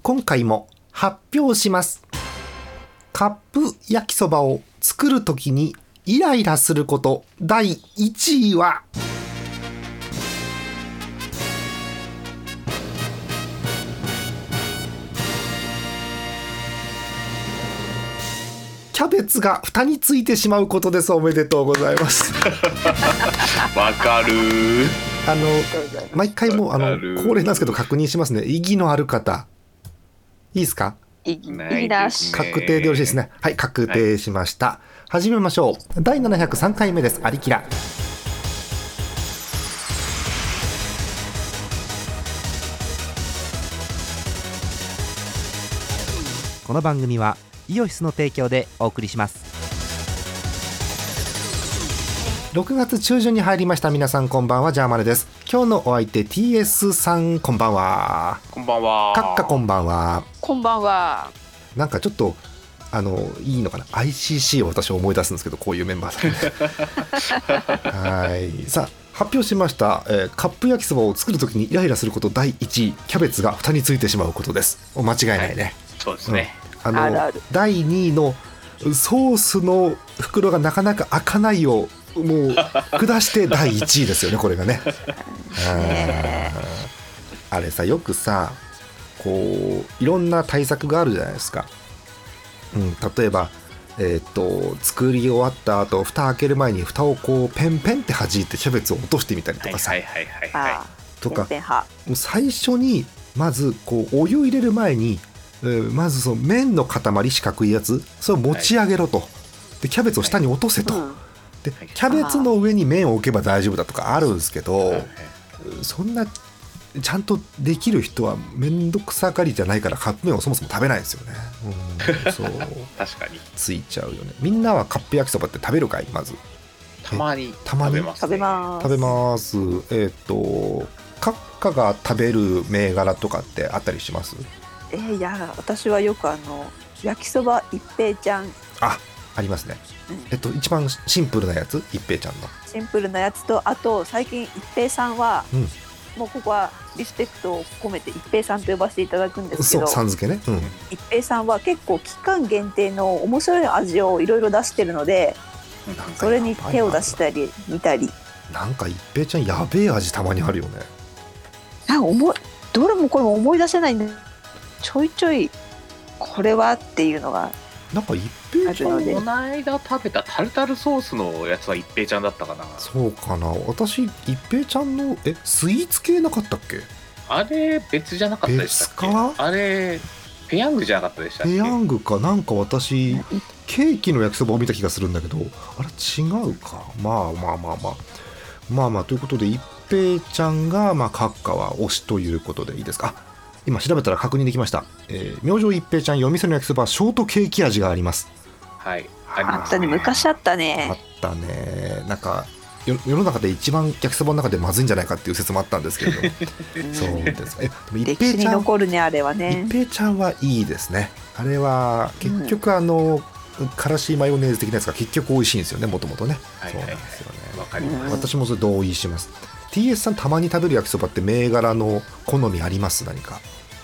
今回も発表します。カップ焼きそばを作るときにイライラすること第1位は、キャベツが蓋についてしまうことです。おめでとうございますわかる。 毎回も恒例なんですけど確認しますね。異議のある方いいですか？ 異議なし。 確定でよろしいですね。はい、確定しました、はい、始めましょう。第703回目です。アリキラ。この番組はイオシスの提供でお送りします。6月中旬に入りました。皆さんこんばんは、ジャーマネです。今日のお相手 TS さん、こんばんは。 こんばんは。 カッカこんばんは。 こんばんは。 なんかちょっといいのかな、 ICC を私思い出すんですけど、こういうメンバーさんはい、さあ発表しました、カップ焼きそばを作るときにイライラすること第1位、キャベツが蓋についてしまうことです。間違いないね、 はい、そうですね、 あるある。 第2位のソースの袋がなかなか開かないをもう下して第1位ですよねこれがねあれさ、よくさこういろんな対策があるじゃないですか、例えば、作り終わった後蓋開ける前に蓋をこうペンペンって弾いてキャベツを落としてみたりとかさ、とかもう最初にまずこうお湯入れる前に、まずその麺の塊四角いやつ、それを持ち上げろと、でキャベツを下に落とせと、でキャベツの上に麺を置けば大丈夫だとかあるんですけど、そんなちゃんとできる人はめんどくさがりじゃないからカップ麺をそもそも食べないですよね、そう確かについちゃうよね。みんなはカップ焼きそばって食べるかい？まずたまに食べます、ね、 食べます。 カッカが食べる銘柄とかってあったりします？ いや私はよく焼きそば一平ちゃん、 ありますね、一番シンプルなやつ、一平ちゃんのシンプルなやつと、あと最近一平さんは、もうここはリスペクトを込めて一平さんと呼ばせていただくんですけど、 そうさん付けね、 一平さんは結構期間限定の面白い味をいろいろ出してるので、それに手を出したり見たり、 なんか一平ちゃんやべえ味たまにあるよね。 どれもこれも思い出せないんで、ちょいちょいこれはっていうのがなんか一平ちゃん、 この間食べたタルタルソースのやつは一平ちゃんだったかな。 そうかな、私一平ちゃんのスイーツ系なかったっけ？あれ別じゃなかったでしたっけ？ 別か？ あれペヤングじゃなかったでしたっけ？ ペヤングかなんか、私ケーキの焼きそばを見た気がするんだけど、あれ違うか。まあということで一平ちゃんが閣下は推しということでいいですか？今調べたら確認できました、明星一平ちゃん夜店の焼きそばショートケーキ味があります。 はい、 あったね、昔あったね。 あったね。なんか世の中で一番焼きそばの中でまずいんじゃないかっていう説もあったんですけれどそうです。でも一平ちゃん、 歴史に残るね、あれはね。 一平ちゃんはいいですね。あれは結局からしマヨネーズ的なやつが結局美味しいんですよね、もともとね。そうなんですよね。 わかります。 私もそれ同意します。TS さん、たまに食べる焼きそばって銘柄の好みあります？何か。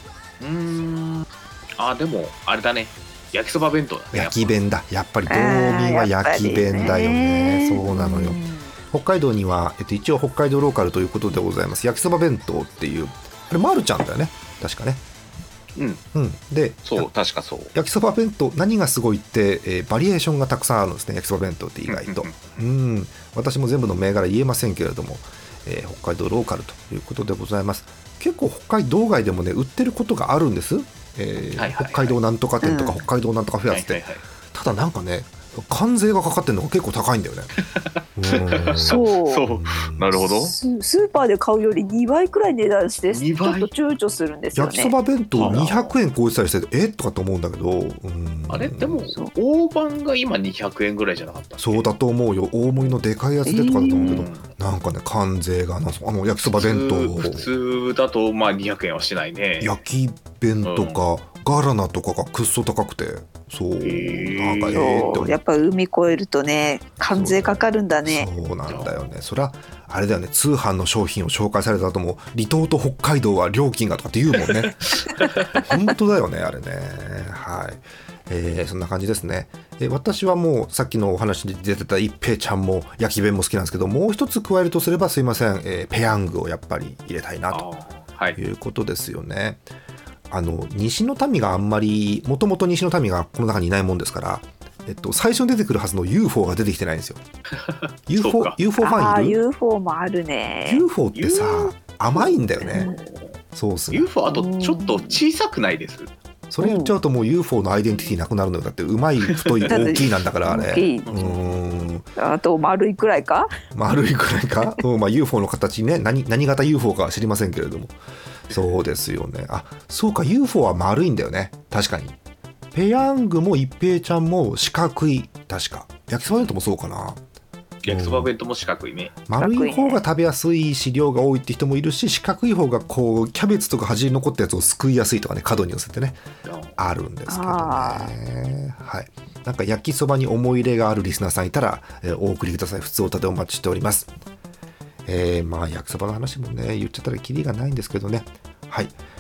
でもあれだね、焼きそば弁当だね。 焼き弁だ、やっぱり道民は焼き弁だよね。そうなのよ。北海道には、一応北海道ローカルということでございます。焼きそば弁当っていう、あれまるちゃんだよね、確かね。で、 そう確かそう。 焼きそば弁当何がすごいって、バリエーションがたくさんあるんですね、焼きそば弁当って意外と。私も全部の銘柄言えませんけれども、北海道ローカルということでございます。結構北海道外でもね売ってることがあるんです、北海道なんとか店とか、北海道なんとかフェアって、ただなんかね関税がかかってるのが結構高いんだよねそうなるほど。 スーパーで買うより2倍くらい値段してちょっと躊躇するんですよね。 焼きそば弁当200円超えてたりしてとかと思うんだけど、 あれでも大判が今200円ぐらいじゃなかったっけ？ そうだと思うよ。大盛りのでかいやつでとかだと思うけど、なんかね関税が焼きそば弁当普通だと200円はしないね。 焼き弁とか、ガラナとかがくっそ高くて、 そうなんかそうやっぱ海越えるとね関税かかるんだね。 そうなんだよね。そりゃあれだよね、通販の商品を紹介された後も離島と北海道は料金がとかって言うもんね本当だよねあれね。はい、そんな感じですね。私はもうさっきのお話で出てた一平ちゃんも焼き弁も好きなんですけど、もう一つ加えるとすればすいません、ペヤングをやっぱり入れたいなということですよね。西の民があんまりもともと西の民がこの中にいないもんですから、最初に出てくるはずの UFO が出てきてないんですよ。UFO ファンいる？ UFO もあるね。 UFO ってさ甘いんだよね、ソースが。 UFO あとちょっと小さくないです？ それ言っちゃうともう UFO のアイデンティティなくなるのよ。だってうまい太い大きいなんだからあれ。 あと丸いくらいか丸いくらいか、まあ、UFO の形ね、何型 UFO かは知りませんけれども。そうですよね。あ、そうか UFO は丸いんだよね。確かにペヤングも一平ちゃんも四角い。確か焼きそば弁当もそうかな。 焼きそば弁当も四角いね。 丸い方が食べやすいし量が多いって人もいるし、四角い方がこうキャベツとか端に残ったやつをすくいやすいとかね、角に寄せてねあるんですけどね。はい、なんか焼きそばに思い入れがあるリスナーさんいたら、お送りください。普通おたでお待ちしております。まあ焼きそばの話もね言っちゃったらキリがないんですけどね。はい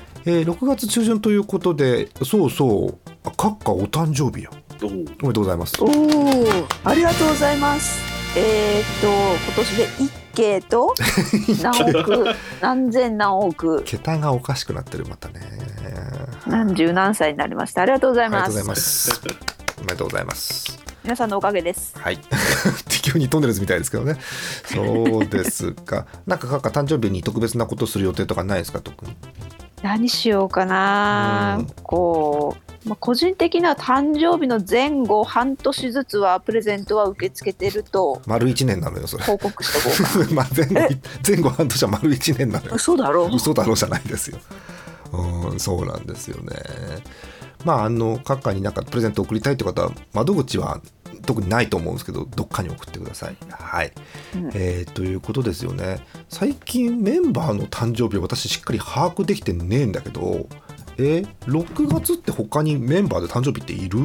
、6月中旬ということで、そうそう閣下お誕生日よ。おめでとうございます。 おー、ありがとうございます。今年で1京と何億何千何億桁がおかしくなってる。またね何十何歳になりました。ありがとうございます。 ありがとうございます。おめでとうございます。 皆さんのおかげです。 はい急にトンネルズみたいですけどね。そうですかなんか閣下誕生日に特別なことする予定とかないですか？特に何しようかな。個人的な誕生日の前後半年ずつはプレゼントは受け付けてると丸1年なのよそれ。 報告しとこうかまあ前後半年は丸1年なのよ。 嘘だろじゃないですよ。そうなんですよね。まあ閣下になんかプレゼント送りたいって方は窓口は特にないと思うんですけど、どっかに送ってください。はい、ということですよね。最近メンバーの誕生日を私しっかり把握できてねえんだけど、6月って他にメンバーで誕生日っている？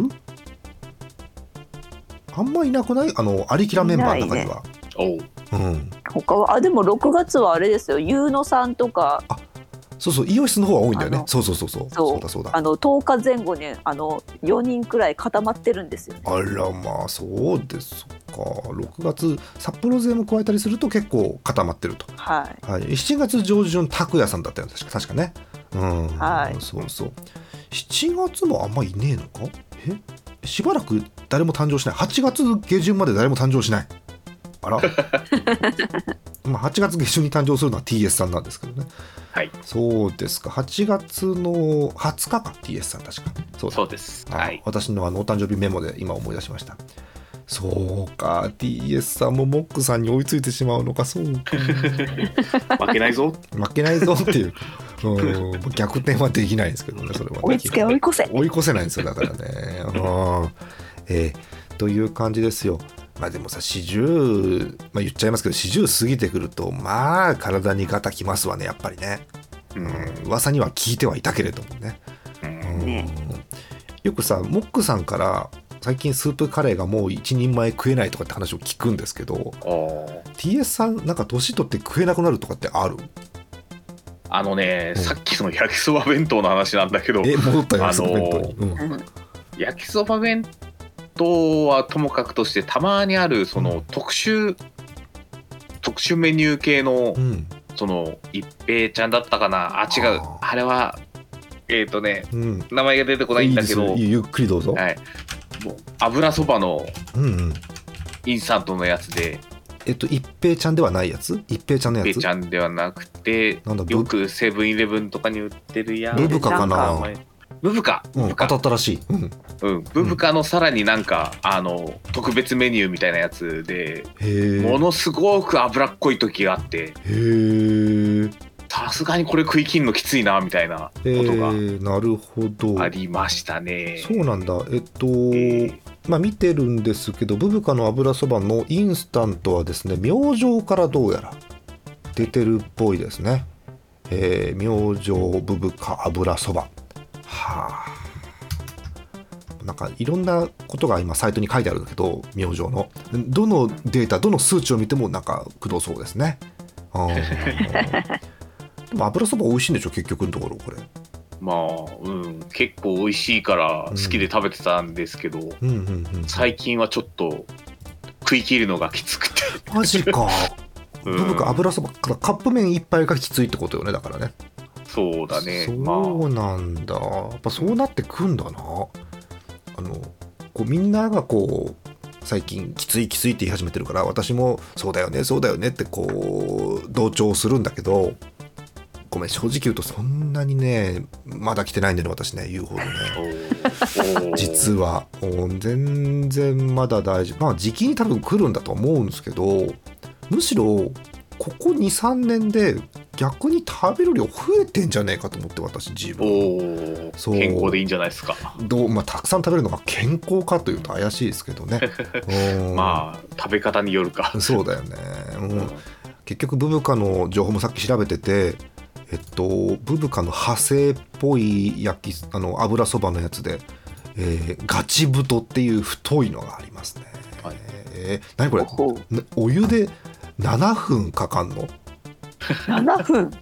あんまいなくない？アリキラメンバーの中には。 他はでも6月はあれですよ、ゆうのさんとか。 そうそう、イオシスの方は多いんだよね。そうだ 10日前後に4人くらい固まってるんですよ、ね。 あらまあそうですか。6月札幌勢も加えたりすると結構固まってると。はい、7月上旬拓也さんだったよ確かね。そう7月もあんまいねえのか。しばらく誰も誕生しない。8月下旬まで誰も誕生しない。あらまあ8月下旬に誕生するのは TS さんなんですけどね。はい、そうですか。8月の20日か TS さん確か。 そうです。はい、 私のお誕生日メモで今思い出しました。そうか TS さんもモックさんに追いついてしまうのか。そうか負けないぞっていう逆転はできないんですけどね。それは、ね、 追い越せないんですよだからね。という感じですよ。まあでもさ40、言っちゃいますけど40過ぎてくるとまあ体にガタきますわねやっぱりね。噂には聞いてはいたけれどもね。よくさモックさんから最近スープカレーがもう一人前食えないとかって話を聞くんですけど、TS さんなんか年取って食えなくなるとかってある？ さっきの焼きそば弁当の話なんだけど、 戻った焼きそば弁当に、 焼きそば弁当はともかくとしてたまにあるその特殊メニュー系の、その一平ちゃんだったかな。違う、あれは名前が出てこないんだけど、 ゆっくりどうぞ。 はい、もう油そばのインスタントのやつで、 一平ちゃんではないやつ？一平ちゃんのやつ？ 一平ちゃんではなくて、よくセブンイレブンとかに売ってるやつ。 ブブカかな。 ブブカ、 当たったらしい。 ブブカのさらになんか特別メニューみたいなやつで、ものすごく脂っこい時があって、さすがにこれ食い切んのきついなみたいなことがなるほどありましたね。 そうなんだ。見てるんですけど、ブブカの油そばのインスタントはですね、明星からどうやら出てるっぽいですね。明星ブブカ油そば。 なんかいろんなことが今サイトに書いてあるんだけど、明星のどのデータ、どの数値を見てもなんかくどそうですね。でも油そば美味しいんでしょ結局のところこれ。 まあ、結構美味しいから好きで食べてたんですけど、最近はちょっと食い切るのがきつくて。 マジか。油そばからカップ麺一杯がきついってことよね、だからね。 そうだね。 そうなんだ。やっぱそうなってくんだな。こうみんながこう最近きついって言い始めてるから、私もそうだよねってこう同調するんだけど、ごめん、正直言うとそんなにねまだ来てないんだよね、私ね、言うほどね。実は全然まだ大丈夫。まあ時期に多分来るんだと思うんですけど、むしろここ 2,3 年で逆に食べる量増えてんじゃねえかと思って、私自分。 そう、健康でいいんじゃないですか。 たくさん食べるのが健康かというと怪しいですけどね。 まあ食べ方によるか。 そうだよね。結局ブブカの情報もさっき調べてて、ブブカの派生っぽい油そばのやつで、ガチ太っていう太いのがありますね。はい、何これ、お湯で7分かかんの 7分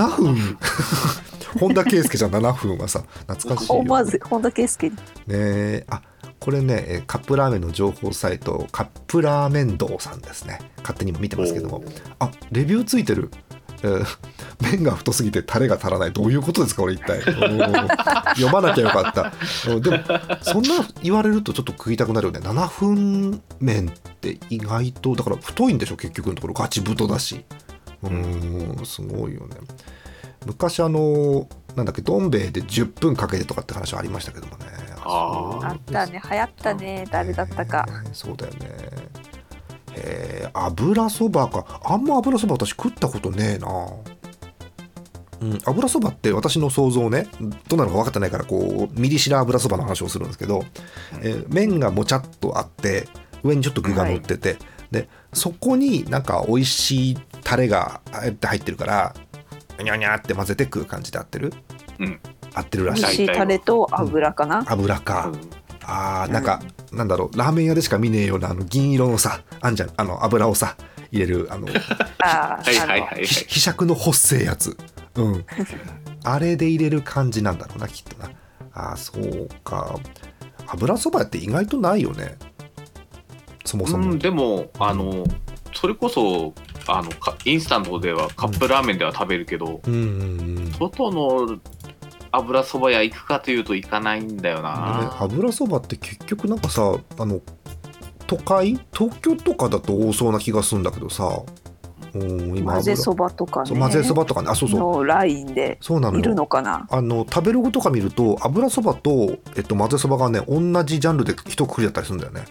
本田圭佑じゃん、7分はさ、懐かしいよ。 まず本田圭佑ね。これね、カップラーメンの情報サイトカップラーメン堂さんですね。勝手にも見てますけども、レビューついてる。麺が太すぎてタレが足らない。どういうことですかこれ一体。読まなきゃよかった。でもそんな言われるとちょっと食いたくなるよね。7分麺って意外とだから太いんでしょ結局のところ。ガチ太だし。すごいよね。昔なんだっけ、どん兵衛で10分かけてとかって話はありましたけどもね。 あったね、流行ったね。誰だったか。 そうだよね。油そばか。あんま油そば私食ったことねえな。油そばって私の想像ね、どうなのか分かってないからこうミリシラ油そばの話をするんですけど、麺がもちゃっとあって上にちょっと具が乗ってて、でそこになんか美味しいタレが入ってるからにゃにゃって混ぜて食う感じで合ってる？合ってるらしい。 美味しいタレと油かな。 油か。なんかなんだろう、ラーメン屋でしか見ねえような銀色のさ、あんじゃん、油をさ入れる希釈の細いやつ、あれで入れる感じなんだろうなきっとな。そうか。油そばって意外とないよね、そもそも。 でもそれこそインスタントではカップラーメンでは食べるけど、外の油そば屋行くかというと行かないんだよな。 油そばって結局なんかさ、東京とかだと多そうな気がするんだけどさ、 今混ぜそばとかね。 混ぜそばとかね、 のラインでいるのかな。 食べログとか見ると油そばと、混ぜそばがね同じジャンルで一括りだったりするんだよね。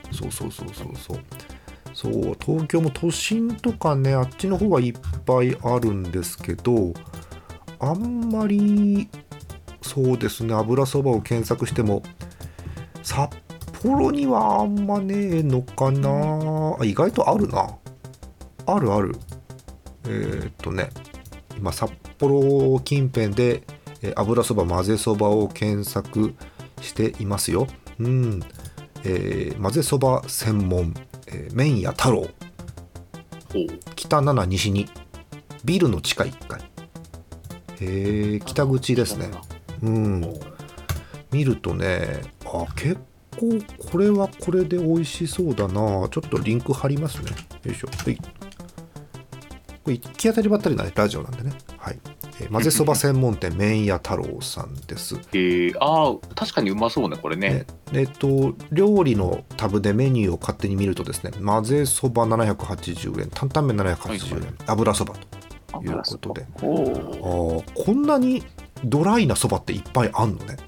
そう、東京も都心とかね、あっちの方はいっぱいあるんですけど、あんまりそうですね、油そばを検索しても札幌にはあんまねえのかな。意外とあるな。ある。今札幌近辺で油そば混ぜそばを検索していますよ。混ぜそば専門、麺屋太郎、北7西2、ビルの地下1階、北口ですね。見るとね、結構これはこれで美味しそうだな。ちょっとリンク貼りますね。よいしょ。これ行き当たりばったりなラジオなんでね。はい。混ぜそば専門店麺屋太郎さんです。 確かにうまそうねこれね。 料理のタブでメニューを勝手に見るとですね、混ぜそば780円、担々麺780円、油そばということで、こんなにドライなそばっていっぱいあんのね。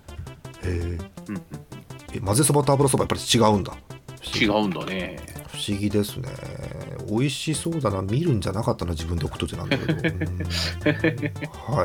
混ぜそばと油そばやっぱり違うんだ。 違うんだね。 不思議ですね。美味しそうだな。見るんじゃなかったな、自分で置くとじゃなんだけど。はい。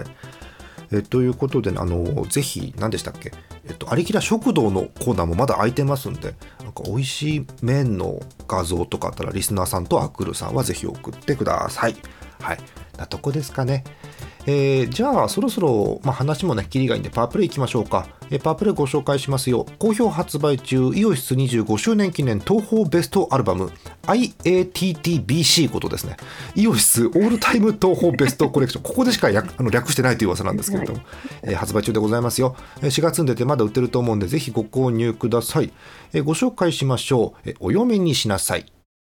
ということで、ぜひ何でしたっけ、ありきら食堂のコーナーもまだ空いてますんで、なんか美味しい麺の画像とかあったらリスナーさんとアクルさんはぜひ送ってください。はい。なとこですかね。 じゃあそろそろ、話もねキリがいいんでパワープレイいきましょうか。パワープレイご紹介しますよ。好評発売中イオシス25周年記念東宝ベストアルバム IATTBC ことですね。イオシスオールタイム東宝ベストコレクション、ここでしか略してないという噂なんですけれども、発売中でございますよ。4月に出てまだ売ってると思うんでぜひご購入ください。ご紹介しましょう。お嫁にしなさい。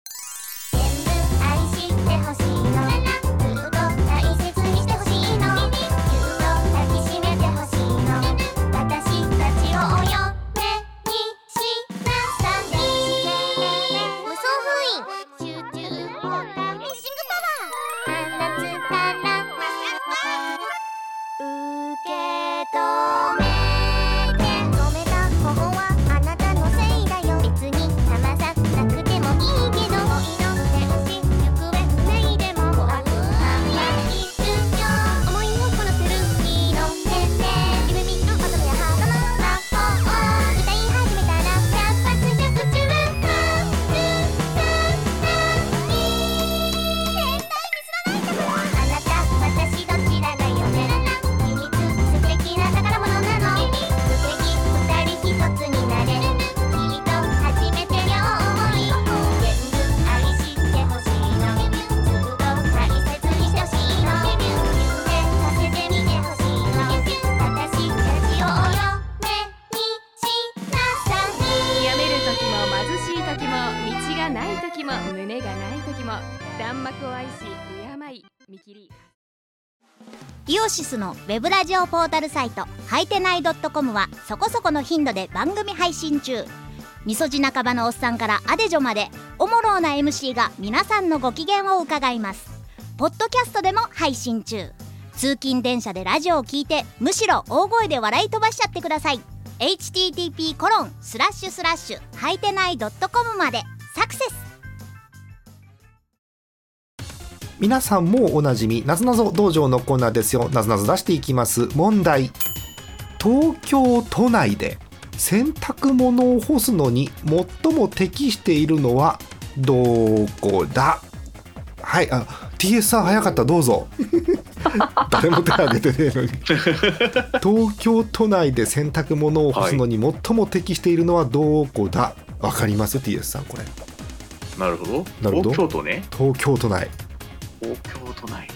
イオシスのウェブラジオポータルサイトはいてない .com はそこそこの頻度で番組配信中。みそじ半ばのおっさんからアデジョまでおもろうな MC が皆さんのご機嫌を伺います。ポッドキャストでも配信中。通勤電車でラジオを聞いてむしろ大声で笑い飛ばしちゃってください。 http:// はいてない .com までサクセス。 皆さんもおなじみなぞなぞ道場のコーナーですよ。なぞなぞ出していきます。問題。東京都内で洗濯物を干すのに最も適しているのはどこだ。はい、TS さん早かった、どうぞ。誰も手挙げてねえのに。東京都内で洗濯物を干すのに最も適しているのはどこだ。わかります TS さんこれ。 なるほど。東京都ね。 東京都内。 東京都内。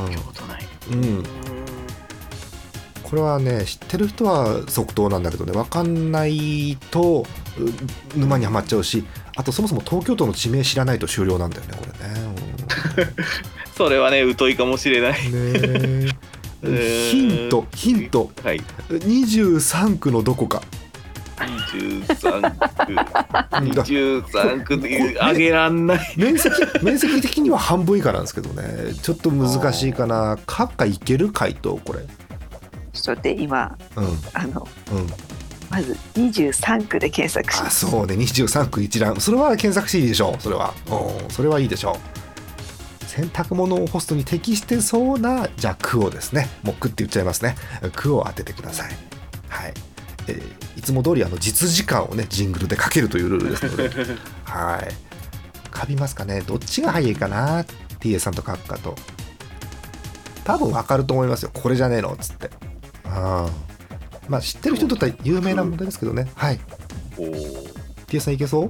これはね知ってる人は即答なんだけどね、分かんないと沼にはまっちゃうし、あとそもそも東京都の地名知らないと終了なんだよねこれね。 それはね疎いかもしれない。 ねヒント、 はい、 23区のどこか。 23区であげらんない。 面積的には半分以下なんですけどね、ちょっと難しいかな。閣下いける回答これ。 ちょっと今、まず23区で検索します。 そうね、23区一覧、それは検索していいでしょう。それはいいでしょう。洗濯物を干すのに適してそうなじゃあ区をですね、もう区って言っちゃいますね。区を当ててください。はい。いつも通り実時間をねジングルでかけるというルールですので、はい。かびますかね。どっちが早いかな。TA さんと閣下と。多分わかると思いますよ。これじゃねえのっつって。知ってる人にとっては有名な問題ですけどね。はい。TA さんいけそう？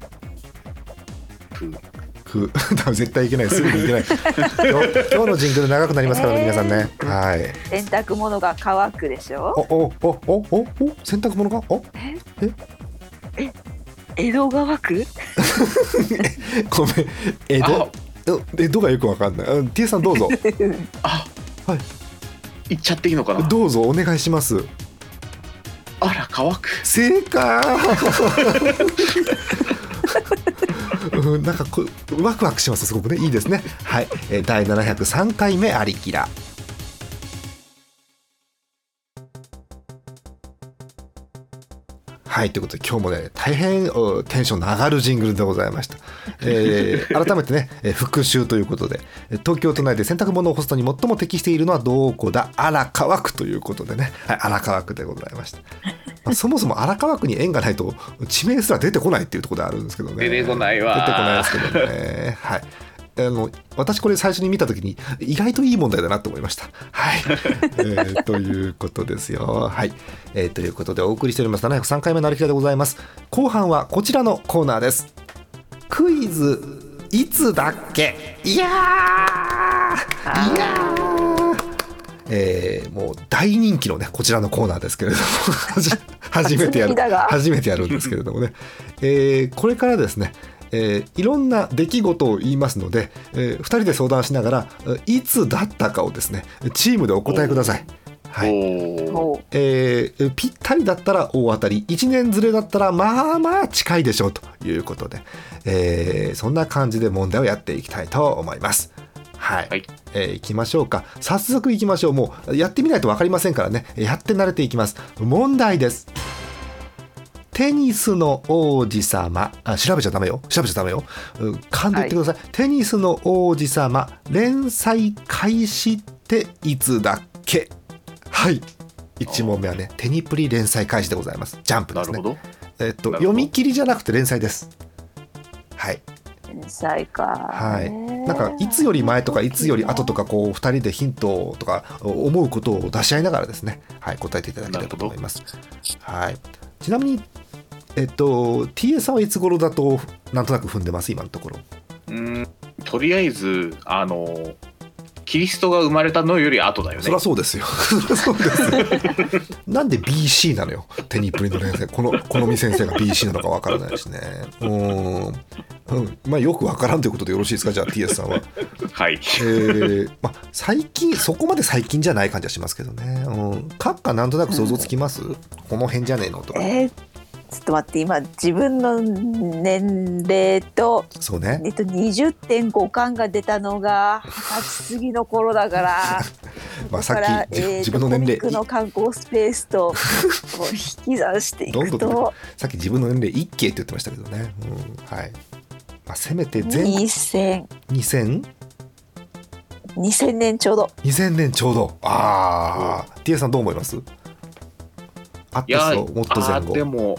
区多分絶対いけない。すぐにいけない。今日のジングル長くなりますからね、皆さんね。はい。 洗濯物が乾くでしょ。 洗濯物が江戸川区。 ごめん、江戸がよくわかんない。T さんどうぞ。はい。 言っちゃっていいのかな。 どうぞお願いします。 荒川区。 正解。なんかワクワクします。すごくね、いいですね。はい、第703回目ありきら。はい、ということで今日もね大変テンションの上がるジングルでございました。改めてね復習ということで、東京都内で洗濯物を干すのに最も適しているのはどこだ。荒川区ということでね、はい、荒川区でございました。そもそも荒川区に縁がないと地名すら出てこないっていうところであるんですけどね。 出てこないわ。 出てこないですけどね。はい。 私これ最初に見たときに意外といい問題だなと思いました。はい、ということですよ。はい、ということでお送りしております703回目のありきらでございます。後半はこちらのコーナーです。クイズいつだっけ。いやもう大人気のねこちらのコーナーですけれども初めてやるんですけれどもね、これからですね、いろんな出来事を言いますので、2人で相談しながらいつだったかをですねチームでお答えください。はい、ぴったりだったら大当たり、1年ずれだったらまあまあ近いでしょうということで、そんな感じで問題をやっていきたいと思います。はい、行きましょうか。早速行きましょう。もうやってみないと分かりませんからね、やって慣れていきます。問題です。テニスの王子様、調べちゃダメよ、噛んで言ってください。テニスの王子様連載開始っていつだっけ。はい、1問目はねテニプリ連載開始でございます。ジャンプですね。 なるほど。 読み切りじゃなくて連載です。はい、 連載か。 はい、なんかいつより前とかいつより後とかこう2人でヒントとか思うことを出し合いながらですね、はい、答えていただければと思います。はい、ちなみにTA さんはいつ頃だとなんとなく踏んでます今のところ。 とりあえずキリストが生まれたのより後だよね。 そりゃそうですよそうですなんで BC なのよテニプリの連載。このみ先生が BC なのかわからないしね。まあよくわからんということでよろしいですか。じゃあ TS さんははい、 最近そこまで最近じゃない感じはしますけどね。閣下なんとなく想像つきます、この辺じゃねえのとか。 ちょっと待って、今自分の年齢とそうね、 20.5 巻が出たのが20歳過ぎの頃だからまあさっき自分の年齢コミックの観光スペースと引き算していくとどんどんさっき自分の年齢一景って言ってましたけどね。はい、まあ、せめて 2000年ちょうど。 2000年ちょうど。TS さんどう思います？あったそう、もっと前後。 でも、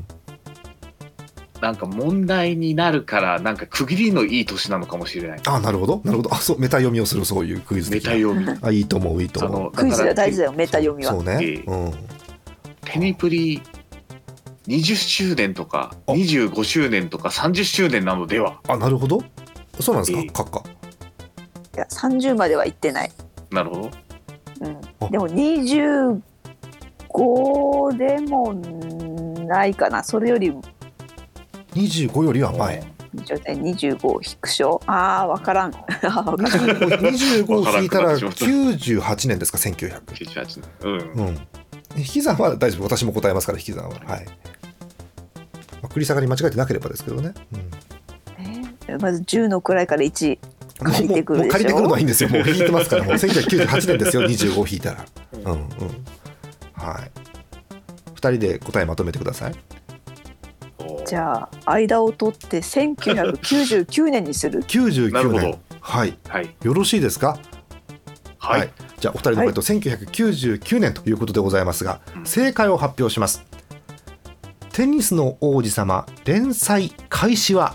なんか問題になるからなんか区切りのいい年なのかもしれない。 なるほど。そう、メタ読みをする、そういうクイズ的な。 メタ読み。 いいと思う。 クイズが大事だよ、メタ読みは。 そうね。 テニプリ20周年とか25周年とか30周年なのでは。 なるほど。そうなんですか、閣下。 いや、30までは行ってない。 なるほど。でも25でもないかな。それより 25よりは前。 25引くしょ。わからん。 25引いたら98年ですか。1998年。引き算は大丈夫。私も答えますから、引き算は。はい。繰り下がり間違えてなければですけどね。 まず10の位から1借りてくるでしょ。 もう借りてくるのはいいんですよ。もう引いてますから。もう1998年ですよ。25引いたら。はい。2人で答えまとめてください。 じゃあ間を取って1999年にする。 99年。はい。よろしいですか。 はい。 じゃあお二人の回答、1999年ということでございますが、正解を発表します。テニスの王子様連載開始は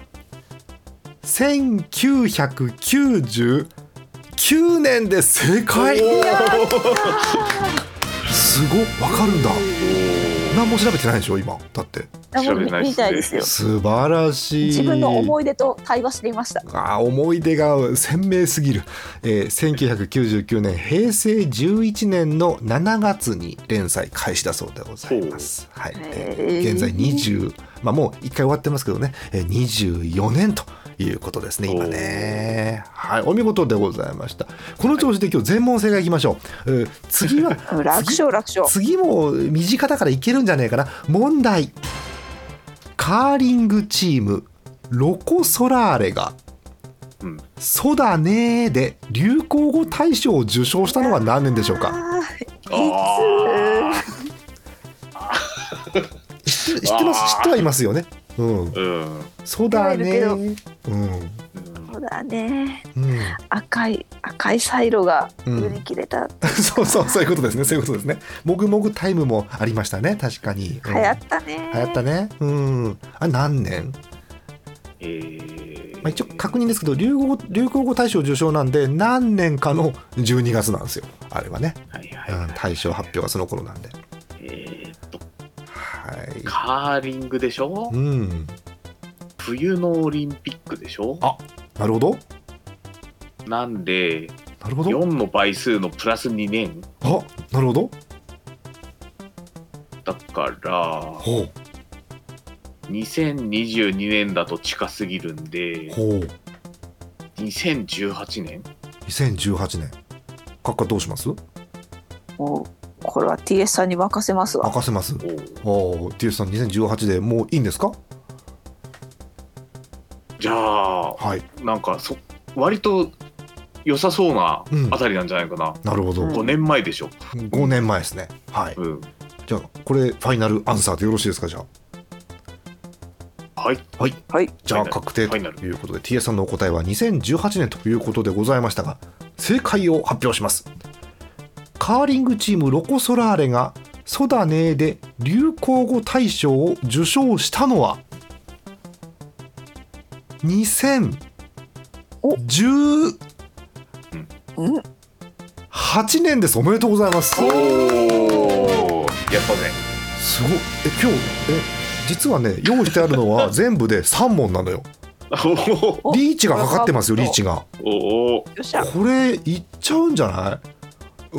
1999年で正解。すごっ、わかるんだ。何も調べてないでしょ今。だって調べてないみたいですよ。 素晴らしい。 自分の思い出と対話していました。 思い出が鮮明すぎる。1999年平成11年の7月に連載開始だそうでございます。はい。現在20、もう1回終わってますけどね、24年ということですね今ね。はい、お見事でございました。この調子で今日全問正解いきましょう。次は楽勝。 次も身近だからいけるんじゃねえかな。問題。カーリングチームロコ・ソラーレがそうだねーで流行語大賞を受賞したのは何年でしょうか。知ってはいますよね。そうだねー。 そうだね。赤いサイロが売り切れた。 そういうことですね。そういうことですね。もぐもぐタイムもありましたね。確かに。 流行ったね。 何年？ 一応確認ですけど流行語大賞受賞なんで何年かの12月なんですよあれはね、大賞発表がその頃なんで、はい、 カーリングでしょ、 うん、 冬のオリンピックでしょ。 あ、なるほど。 なんでなるほど 4の倍数のプラス2年。 あ、なるほど。 だからほう 2022年だと近すぎるんで、 ほう 2018年。 2018年。閣下どうします？ もうこれは TS さんに任せますわ。 任せます。お TS さん2018でもういいんですか？ じゃあ、 はい、 なんか割と良さそうなあたりなんじゃないかな、 なるほど。 5年前でしょ。 5年前ですね。はい、じゃあこれファイナルアンサーでよろしいですか？じゃあはいはいはい、じゃあ確定ということで TS さんのお答えは2018年ということでございましたが、正解を発表します。カーリングチームロコ・ソラーレがソダネーで流行語大賞を受賞したのは2018年です。おめでとうございます。 おー、やったね。 すごい。今日実はね用意してあるのは全部で3問なのよ。リーチがかかってますよ。リーチが。 およっしゃ。 これいっちゃうんじゃない？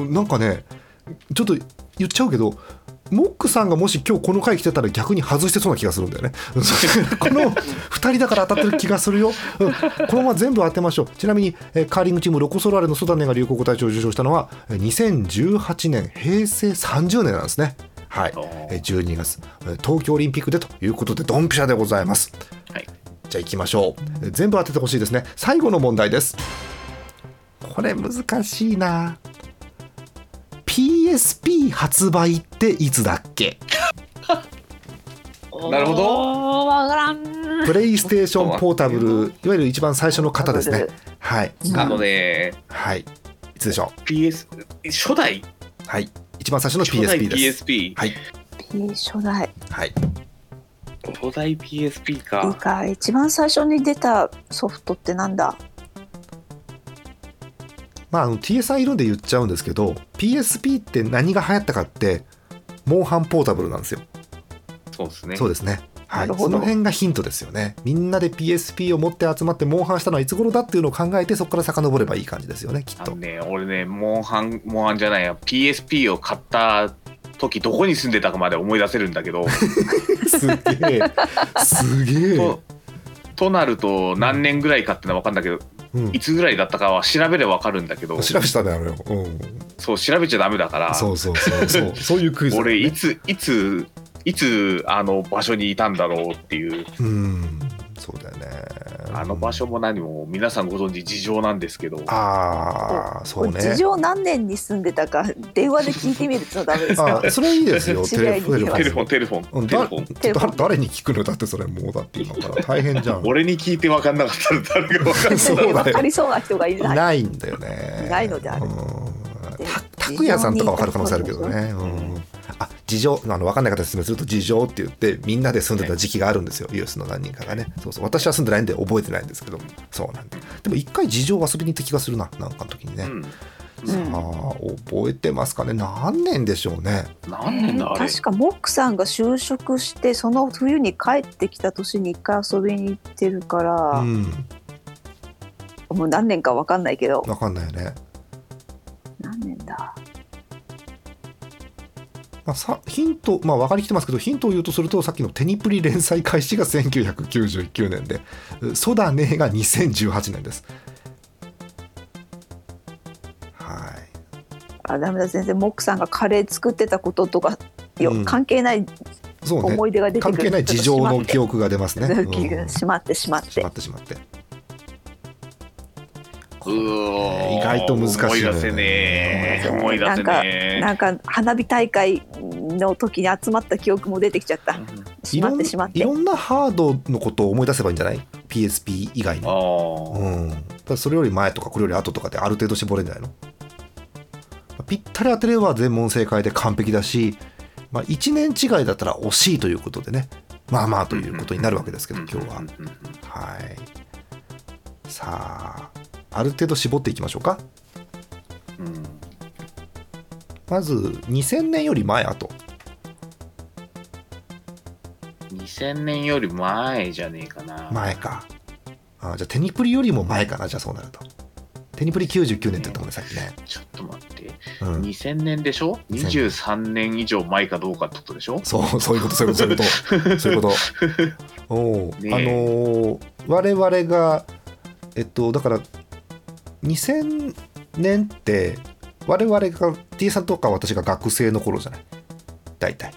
なんかねちょっと言っちゃうけどモックさんがもし今日この回来てたら逆に外してそうな気がするんだよね。この2人だから当たってる気がするよ。このまま全部当てましょう。ちなみにカーリングチームロコ・ソラーレのソダネが流行語大賞を受賞したのは2018年平成30年なんですね。はい、12月東京オリンピックでということでドンピシャでございます、はい、じゃあ行きましょう。全部当ててほしいですね。最後の問題です。これ難しいな。 PSP 発売っていつだっけ？ なるほど。 わからん。 プレイステーションポータブル、いわゆる一番最初の方ですね。はい、 はい、 いつでしょう？ PS 初代。 はい、一番最初の PSP です。 PSP。 はい。 初代。 はい。 初代 PSP か。 一番最初に出たソフトってなんだ？ まあTS いるんで言っちゃうんですけど、PSP って何が流行ったかってモンハンポータブルなんですよ。 そうですね。 そうですね。はい。その辺がヒントですよね。みんなで PSP を持って集まってモンハンしたのはいつ頃だっていうのを考えてそこから遡ればいい感じですよね、きっと。 俺ねモンハンじゃないや PSP を買った時どこに住んでたかまで思い出せるんだけどすげえとなると何年ぐらいかってのは分かるんだけど、いつぐらいだったかは調べれば分かるんだけど、 調べしたねあれよ、 そう調べちゃダメだから。 そうそういうクイズ、ね、 俺いつあの場所にいたんだろうっていう。 そうだよね。 あの場所も何も皆さんご存知事情なんですけど。 そうね。 事情何年に住んでたか電話で聞いてみるってのダメですか？ それいいですよ。テレフォン。誰に聞くのだってそれもうだって今から大変じゃん。 俺に聞いて分かんなかったら誰が分かる。 そうだよ。 分かりそうな人がいないんだよね。 いないのである。 拓也さんとか分かる可能性あるけどね。事情分かんない方説明すると事情って言ってみんなで住んでた時期があるんですよ。ユースの何人かがね。そう私は住んでないんで覚えてないんですけど、そうなんで。でも一回事情遊びに行った気がするな、なんかの時にね。さあ覚えてますかね。何年でしょうね。 何年だあれ。 確かモックさんが就職してその冬に帰ってきた年に一回遊びに行ってるから、もう何年か分かんないけど。 分かんないよね。 何年だ。 ヒント、分かりきてますけどヒントを言うとするとさっきのテニプリ連載開始が1999年でソダネが2018年です。 ダメだ。全然モックさんがカレー作ってたこととか関係ない思い出が出てくる、 関係ない事情の記憶が出ますね。 しまって。 意外と難しい思い出せね。 なんか花火大会の時に集まった記憶も出てきちゃった。しまって。 いろんなハードのことを思い出せばいいんじゃない？ PSP 以外の。それより前とかこれより後とかである程度絞れるんじゃないの？ぴったり当てれば全問正解で完璧だし、1年違いだったら惜しいということでね、ということになるわけですけど今日は。はい。 さあある程度絞っていきましょうか。まず2000年より前、あと 2000年より前じゃねえかな。 前か。じゃあテニプリよりも前かな。じゃあそうなるとテニプリ99年って言ったもんね、さっきね。 ちょっと待って、2000年でしょ。23年以上前かどうかってことでしょ。そういうことそういうこと我々がだから2000年って我々が T さんとか私が学生の頃じゃない、大体。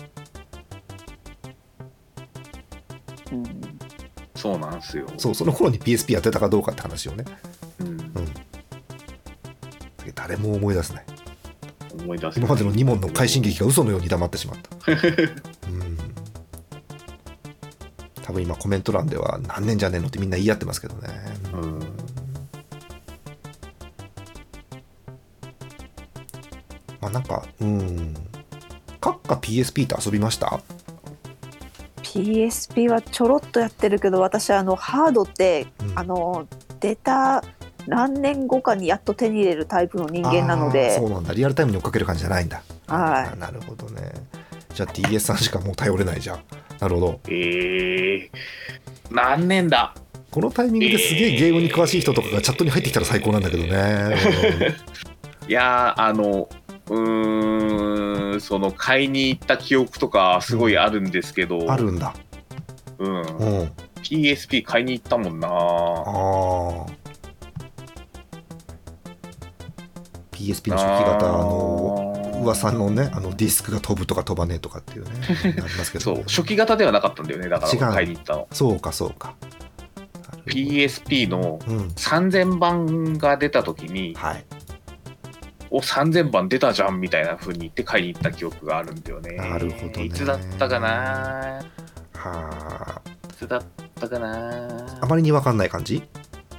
そうなんすよ。 その頃に PSP やってたかどうかって話をね。誰も思い出せない。今までの2問の快進撃が嘘のように黙ってしまった多分今コメント欄では何年じゃねえのってみんな言い合ってますけどね。まあなんか閣下 PSP と遊びました？ PSP はちょろっとやってるけど、私ハードって、出た何年後かにやっと手に入れるタイプの人間なので。 そうなんだ、リアルタイムに追っかける感じじゃないんだ。 はい。 なるほどね。じゃあ DS さんしかもう頼れないじゃん。なるほど。 何年だ。 このタイミングですげえゲームに詳しい人とかがチャットに入ってきたら最高なんだけどねいやその買いに行った記憶とかすごいあるんですけど、 あるんだ。 PSP 買いに行ったもんな。 PSP の初期型噂のね、ディスクが飛ぶとか飛ばねえとかっていうねありますけど、 そう初期型ではなかったんだよね。だから買いに行ったの。 そうか PSP の3000番が出た時に、3000番出たじゃんみたいな風に言って買いに行った記憶があるんだよね。 なるほどね。 いつだったかな。いつだったかな。 あまりに分かんない感じ。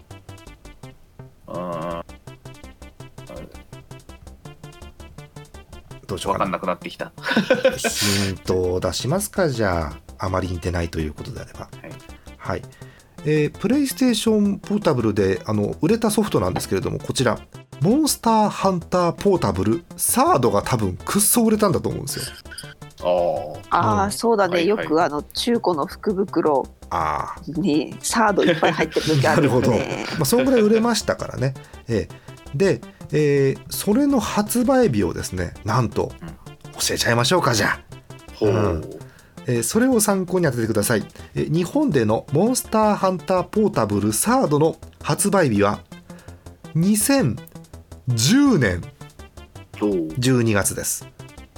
どうしようかな。 分かんなくなってきた。 ヒントを出しますか。じゃああまり似てないということであれば、はいプレイステーションポータブルで売れたソフトなんですけれども、こちらモンスターハンターポータブルサードが多分くっそ売れたんだと思うんですよ。 そうだね、よく中古の福袋にサードいっぱい入ってる時あるよね。 なるほど、そのぐらい売れましたからね。で、それの発売日をですね、なんと教えちゃいましょうか。じゃあそれを参考に当ててください。日本でのモンスターハンターポータブルサードの発売日は2010年12月です。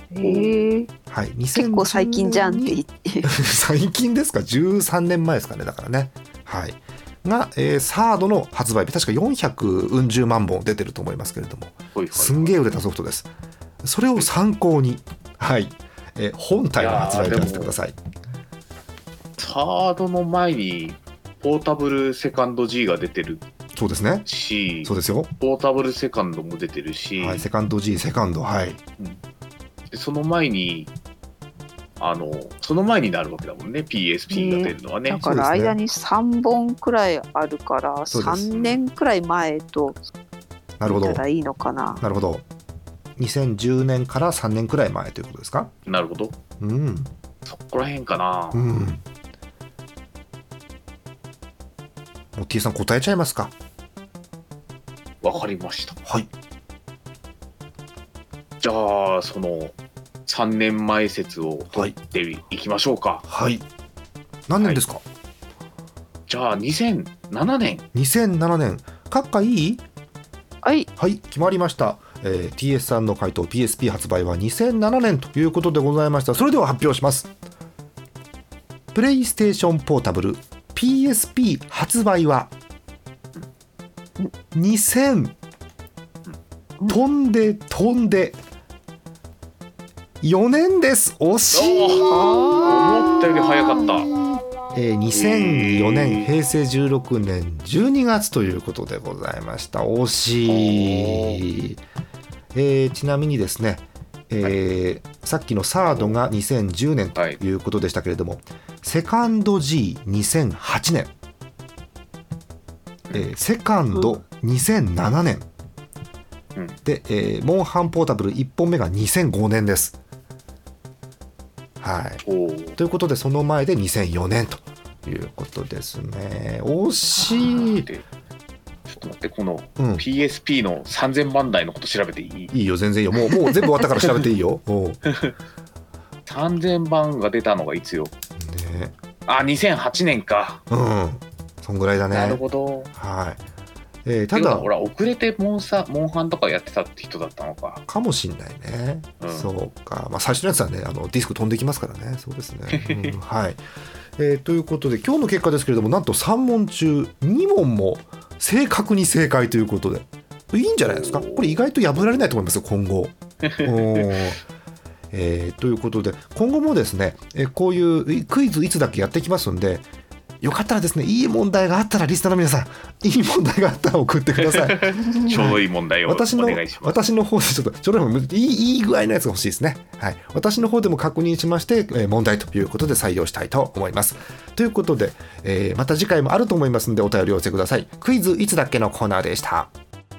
結構最近じゃんって言って最近ですか。13年前ですかね。だからね。が、サードの発売日、確か410万本出てると思いますけれども、すんげえ売れたソフトです。それを参考に本体の発売日を当ててください。 サードの前にポータブルセカンド G が出てる。 そうですね。そうですよ。 ポータブルセカンドも出てるし、 セカンド G セカンド、 でその前にその前になるわけだもんね、 PSP が出るのはね。 だから間に3本くらいあるから3年くらい前と見たらいいのかな。 なるほど。2010年から3年くらい前ということですか。 なるほど。そこら辺かな。 もう T さん答えちゃいますか。 わかりました。じゃあその3年前説を取っていきましょうか。何年ですか。 じゃあ2007年。 2007年。閣下いい？決まりました。TS さんの回答 PSP 発売は2007年ということでございました。それでは発表します。プレイステーションポータブル PSP 発売は2000飛んで4年です。惜しい。 思ったより早かった。 2004年平成16年12月ということでございました。惜しい。ちなみにですね、さっきのサードが2010年ということでしたけれども、セカンド G2008 年、 セカンド2007年、で、モンハンポータブル1本目が2005年です。はい、ということでその前で2004年ということですね。惜しい。 ちょっと待って、この PSP の3000番台のこと調べていい？ いいよ、全然いいよ。もう全部終わったから調べていいよ。 3000番が出たのがいつよ、ね、2008年か。 そんぐらいだね。 なるほど。 はい。ただほら遅れてモンハンとかやってたって人だったのかもしんないね。そうか。最初のやつはね、ディスク飛んできますからね。そうですね。はい。ということで今日の結果ですけれども、なんと3問中2問も正確に正解ということでいいんじゃないですか。これ意外と破られないと思いますよ、今後。ということで今後もですね、こういうクイズいつだけやっていきますんで、よかったらですね、いい問題があったらリスナーの皆さん、いい問題があったら送ってください。 ちょうどいい問題をお願いします。 私の方でちょっといい具合のやつが欲しいですね。はい、私の方でも確認しまして、問題ということで採用したいと思います。ということで、また次回もあると思いますのでお便りをお寄せください。クイズいつだっけのコーナーでした。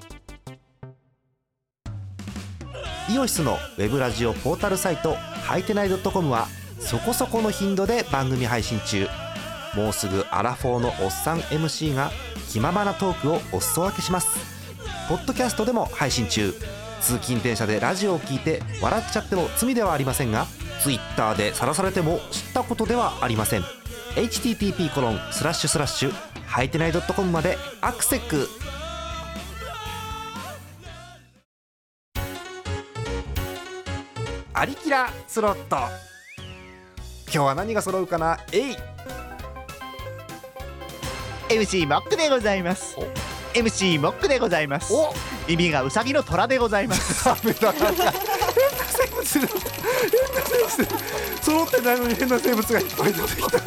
イオシスのウェブラジオポータルサイトはいてない .com はそこそこの頻度で番組配信中。もうすぐアラフォーのおっさん MC が気ままなトークをお裾分けします。ポッドキャストでも配信中。通勤電車でラジオを聞いて笑っちゃっても罪ではありませんが、 Twitter で晒されても知ったことではありません。 http:// はいてない .com までアクセク。アリキラスロット、今日は何が揃うかな。 MC モックでございます。MC モックでございます。耳がウサギの虎でございます。 ダメだ。変な生物揃ってないのに変な生物がいっぱい出てきた。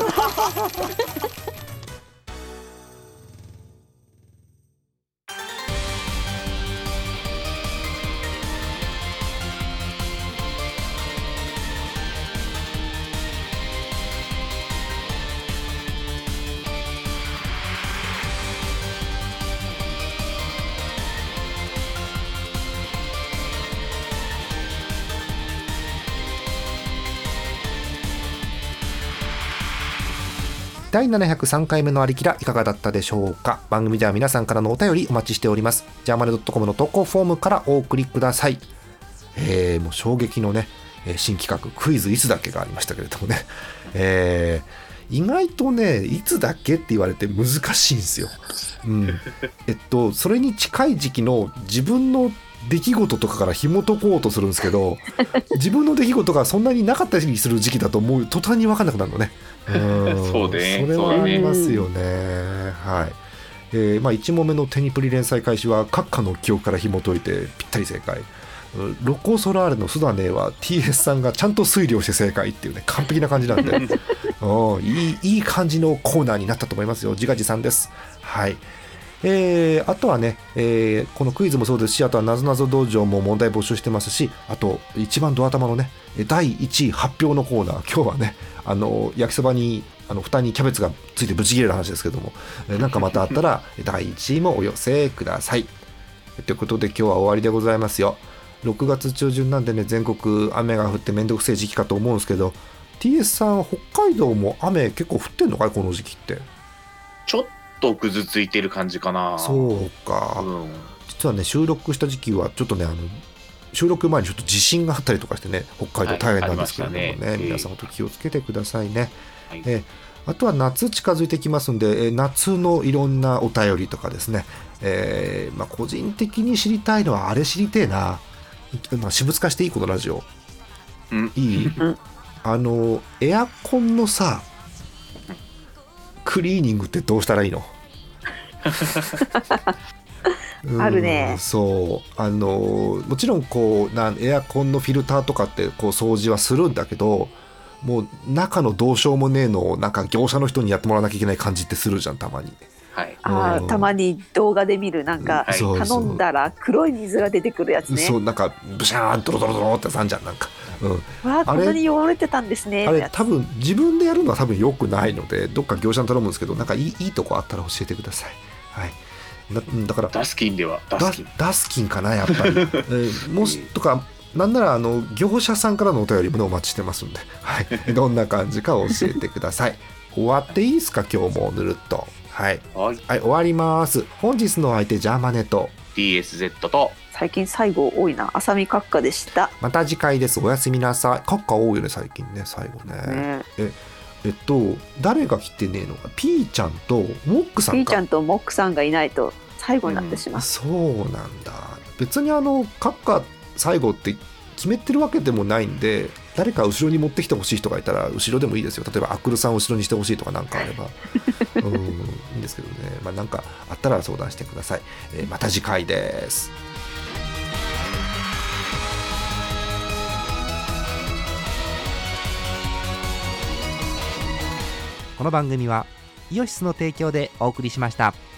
第703回目のありきらいかがだったでしょうか。番組では皆さんからのお便りお待ちしております。ジャーマネ .com の投稿フォームからお送りください。もう衝撃のね、新企画クイズいつだっけがありましたけれどもね、意外とねいつだっけって言われて難しいんですよ。それに近い時期の自分の出来事とかから紐解こうとするんですけど、自分の出来事がそんなになかったりする時期だともう途端に分かんなくなるのね。 そうね、 それはありますよね。はい。1問目のテニプリ連載開始は閣下の記憶から紐解いてぴったり正解。ロコ・ソラーレの「すだね」は TS さんがちゃんと推理をして正解っていうね、完璧な感じなんでいい感じのコーナーになったと思いますよ。自画自賛です。はい。あとはね、このクイズもそうですし、あとはなぞなぞ道場も問題募集してますし、あと一番ド頭のね第1位発表のコーナー、今日はね焼きそばに蓋にキャベツがついてブチ切れる話ですけども、なんかまたあったら第1位もお寄せください。ということで今日は終わりでございますよ。6月中旬なんでね、全国雨が降ってめんどくせえ時期かと思うんですけど、 TS さん北海道も雨結構降ってんのかい、この時期って。 ちょっとぐずついてる感じかな。 そうか、実はね収録した時期はちょっとね収録前にちょっと地震があったりとかしてね、北海道大変なんですけれどもね、皆さん本当気をつけてくださいね。あとは夏近づいてきますんで、夏のいろんなお便りとかですね、個人的に知りたいのはあれ知りてえな。私物化していい、このラジオ。いいエアコンのさクリーニングってどうしたらいいの？ あるね。 そうもちろんこうエアコンのフィルターとかってこう掃除はするんだけど、もう中のどうしようもねえのをなんか業者の人にやってもらわなきゃいけない感じってするじゃん、たまに。 たまに動画で見る、なんか頼んだら黒い水が出てくるやつね。 そう、なんかブシャーンドロドロドロってさんじゃん、なんか、 こんなに汚れてたんですね。 あれ多分自分でやるのは多分良くないので、どっか業者に頼むんですけど、なんかいいとこあったら教えてください。はい。 だからダスキンではダスキンかなやっぱり、もしとかなんなら業者さんからのお便りもお待ちしてますんで、はい、どんな感じか教えてください。終わっていいですか今日もぬるっと。はい、はい、終わります。本日の相手ジャーマネと DSZ と最近最後多いな浅見閣下でした。 また次回です。おやすみなさい。閣下多いよね最近ね最後ね。誰が来てねえのか。ピーちゃんとモックさんか。 ピーちゃんとモックさんがいないと最後になってしまう、 そうなんだ。別に閣下最後って決めてるわけでもないんで、誰か後ろに持ってきてほしい人がいたら後ろでもいいですよ。例えばアクルさんを後ろにしてほしいとかなんかあればいいんですけどね。なんかあったら相談してください。また次回です。 この番組はイオシスの提供でお送りしました。